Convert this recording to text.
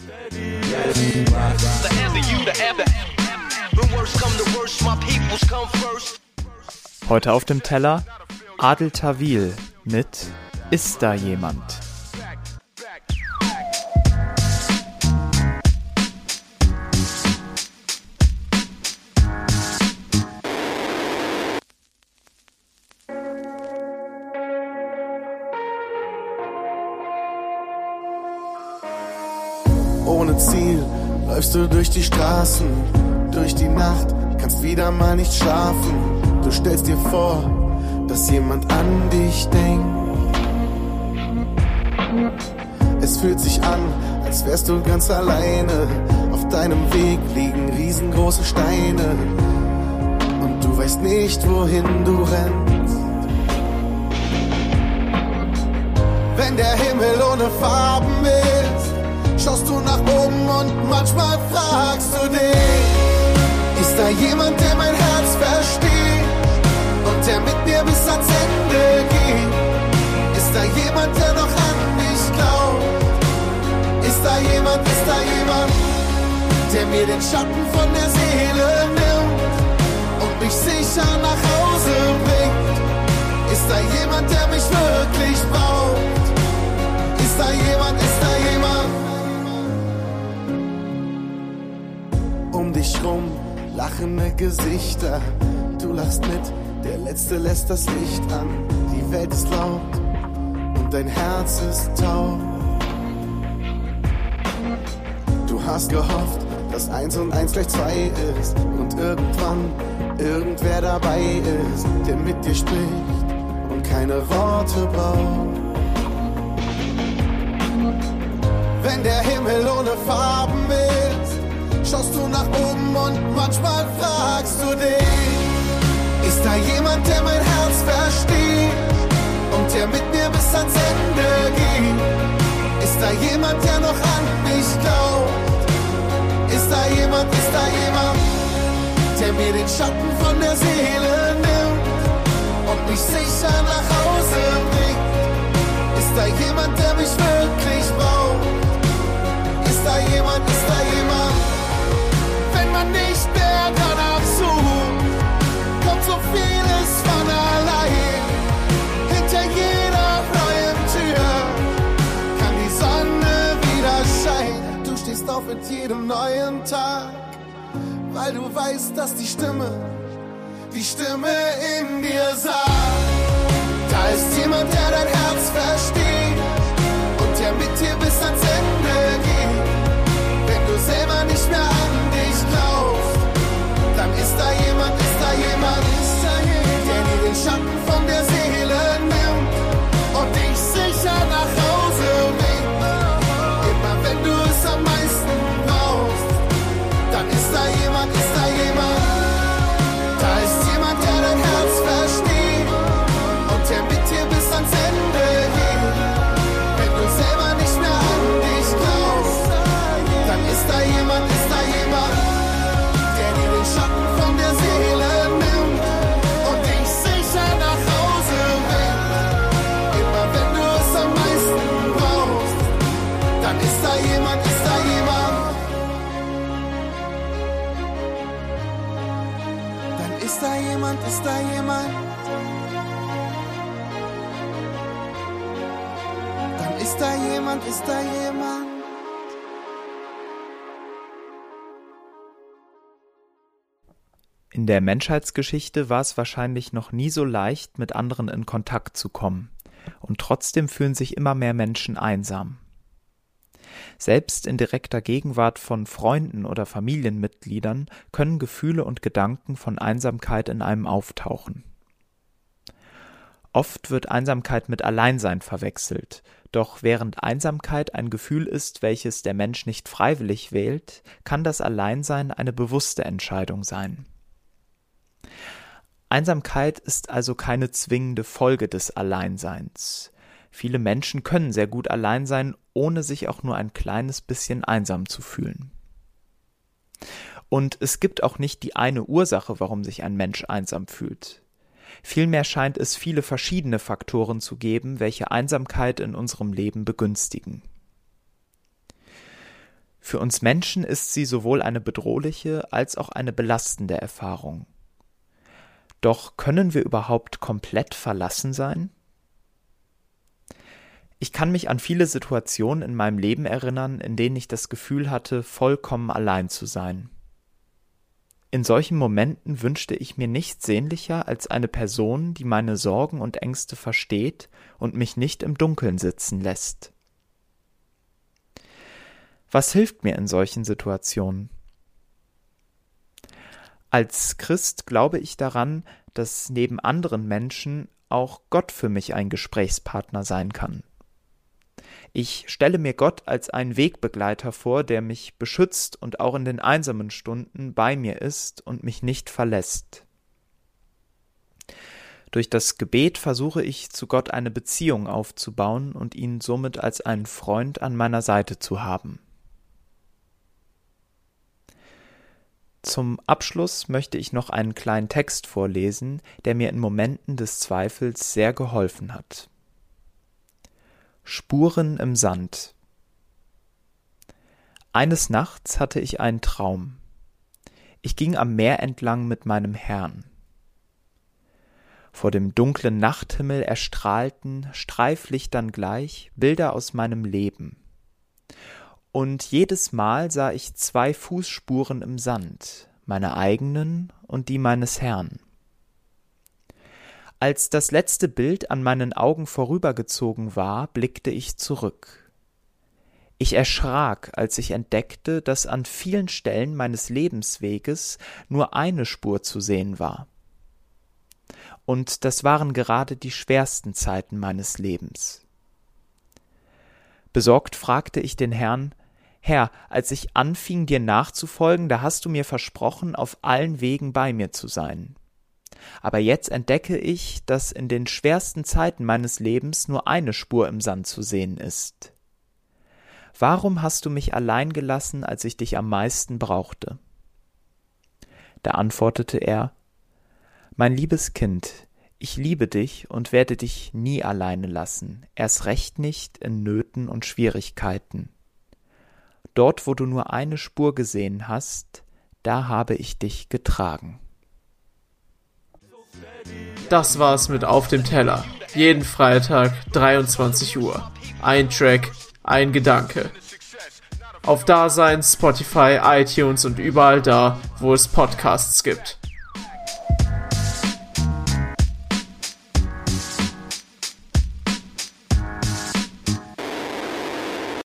Heute auf dem Teller Adel Tawil mit Ist da jemand? Ohne Ziel läufst du durch die Straßen, durch die Nacht, kannst wieder mal nicht schlafen. Du stellst dir vor, dass jemand an dich denkt. Es fühlt sich an, als wärst du ganz alleine. Auf deinem Weg liegen riesengroße Steine und du weißt nicht, wohin du rennst. Wenn der Himmel ohne Farben ist, schaust du nach oben und manchmal fragst du dich: Ist da jemand, der mein Herz versteht und der mit mir bis ans Ende geht? Ist da jemand, der noch an mich glaubt? Ist da jemand, der mir den Schatten von der Seele nimmt und mich sicher nach Hause bringt? Ist da jemand, der mich wirklich braucht? Ist da jemand, um dich rum lachende Gesichter, du lachst mit, der Letzte lässt das Licht an. Die Welt ist laut und dein Herz ist taub. Du hast gehofft, dass 1 und 1 gleich 2 ist und irgendwann irgendwer dabei ist, der mit dir spricht und keine Worte braucht. Wenn der Himmel ohne Farben ist, schaust du nach oben und manchmal fragst du dich: Ist da jemand, der mein Herz versteht und der mit mir bis ans Ende geht? Ist da jemand, der noch an mich glaubt? Ist da jemand, der mir den Schatten von der Seele nimmt und mich sicher nach Hause bringt? Ist da jemand, der mich wirklich braucht? Ist da jemand, wenn man nicht mehr danach sucht, kommt so vieles von allein. Hinter jeder neuen Tür kann die Sonne wieder scheinen. Du stehst auf mit jedem neuen Tag, weil du weißt, dass die Stimme in dir sagt: Da ist jemand, der dein Herz versteht und der mit dir bis ans Ende geht. Wenn du selber nicht mehr an dich glaubst, dann ist da jemand, der dir den Schatten von der Seele nimmt und dich sicher nach Hause bringt. Immer wenn du es am meisten brauchst, dann ist da jemand. Da ist jemand, der dein Herz versteht und der mit dir bis ans Ende geht. Wenn du selber nicht mehr an dich glaubst, dann ist da jemand, der dir den Schatten von der Seele nimmt und dich sicher nach Hause bringt. Immer wenn du es am meisten brauchst, dann ist da jemand. Dann ist da jemand. Dann ist da jemand. In der Menschheitsgeschichte war es wahrscheinlich noch nie so leicht, mit anderen in Kontakt zu kommen. Und trotzdem fühlen sich immer mehr Menschen einsam. Selbst in direkter Gegenwart von Freunden oder Familienmitgliedern können Gefühle und Gedanken von Einsamkeit in einem auftauchen. Oft wird Einsamkeit mit Alleinsein verwechselt, doch während Einsamkeit ein Gefühl ist, welches der Mensch nicht freiwillig wählt, kann das Alleinsein eine bewusste Entscheidung sein. Einsamkeit ist also keine zwingende Folge des Alleinseins. Viele Menschen können sehr gut allein sein, ohne sich auch nur ein kleines bisschen einsam zu fühlen. Und es gibt auch nicht die eine Ursache, warum sich ein Mensch einsam fühlt. Vielmehr scheint es viele verschiedene Faktoren zu geben, welche Einsamkeit in unserem Leben begünstigen. Für uns Menschen ist sie sowohl eine bedrohliche als auch eine belastende Erfahrung. Doch können wir überhaupt komplett verlassen sein? Ich kann mich an viele Situationen in meinem Leben erinnern, in denen ich das Gefühl hatte, vollkommen allein zu sein. In solchen Momenten wünschte ich mir nichts sehnlicher als eine Person, die meine Sorgen und Ängste versteht und mich nicht im Dunkeln sitzen lässt. Was hilft mir in solchen Situationen? Als Christ glaube ich daran, dass neben anderen Menschen auch Gott für mich ein Gesprächspartner sein kann. Ich stelle mir Gott als einen Wegbegleiter vor, der mich beschützt und auch in den einsamen Stunden bei mir ist und mich nicht verlässt. Durch das Gebet versuche ich, zu Gott eine Beziehung aufzubauen und ihn somit als einen Freund an meiner Seite zu haben. Zum Abschluss möchte ich noch einen kleinen Text vorlesen, der mir in Momenten des Zweifels sehr geholfen hat. Spuren im Sand. Eines Nachts hatte ich einen Traum. Ich ging am Meer entlang mit meinem Herrn. Vor dem dunklen Nachthimmel erstrahlten, Streiflichtern gleich, Bilder aus meinem Leben. Und jedes Mal sah ich 2 Fußspuren im Sand, meine eigenen und die meines Herrn. Als das letzte Bild an meinen Augen vorübergezogen war, blickte ich zurück. Ich erschrak, als ich entdeckte, dass an vielen Stellen meines Lebensweges nur eine Spur zu sehen war. Und das waren gerade die schwersten Zeiten meines Lebens. Besorgt fragte ich den Herrn: Herr, als ich anfing, dir nachzufolgen, da hast du mir versprochen, auf allen Wegen bei mir zu sein. Aber jetzt entdecke ich, dass in den schwersten Zeiten meines Lebens nur eine Spur im Sand zu sehen ist. Warum hast du mich allein gelassen, als ich dich am meisten brauchte? Da antwortete er: Mein liebes Kind, ich liebe dich und werde dich nie alleine lassen, erst recht nicht in Nöten und Schwierigkeiten. Dort, wo du nur eine Spur gesehen hast, da habe ich dich getragen. Das war's mit Auf dem Teller. Jeden Freitag, 23 Uhr. Ein Track, ein Gedanke. Auf Dasein, Spotify, iTunes und überall da, wo es Podcasts gibt.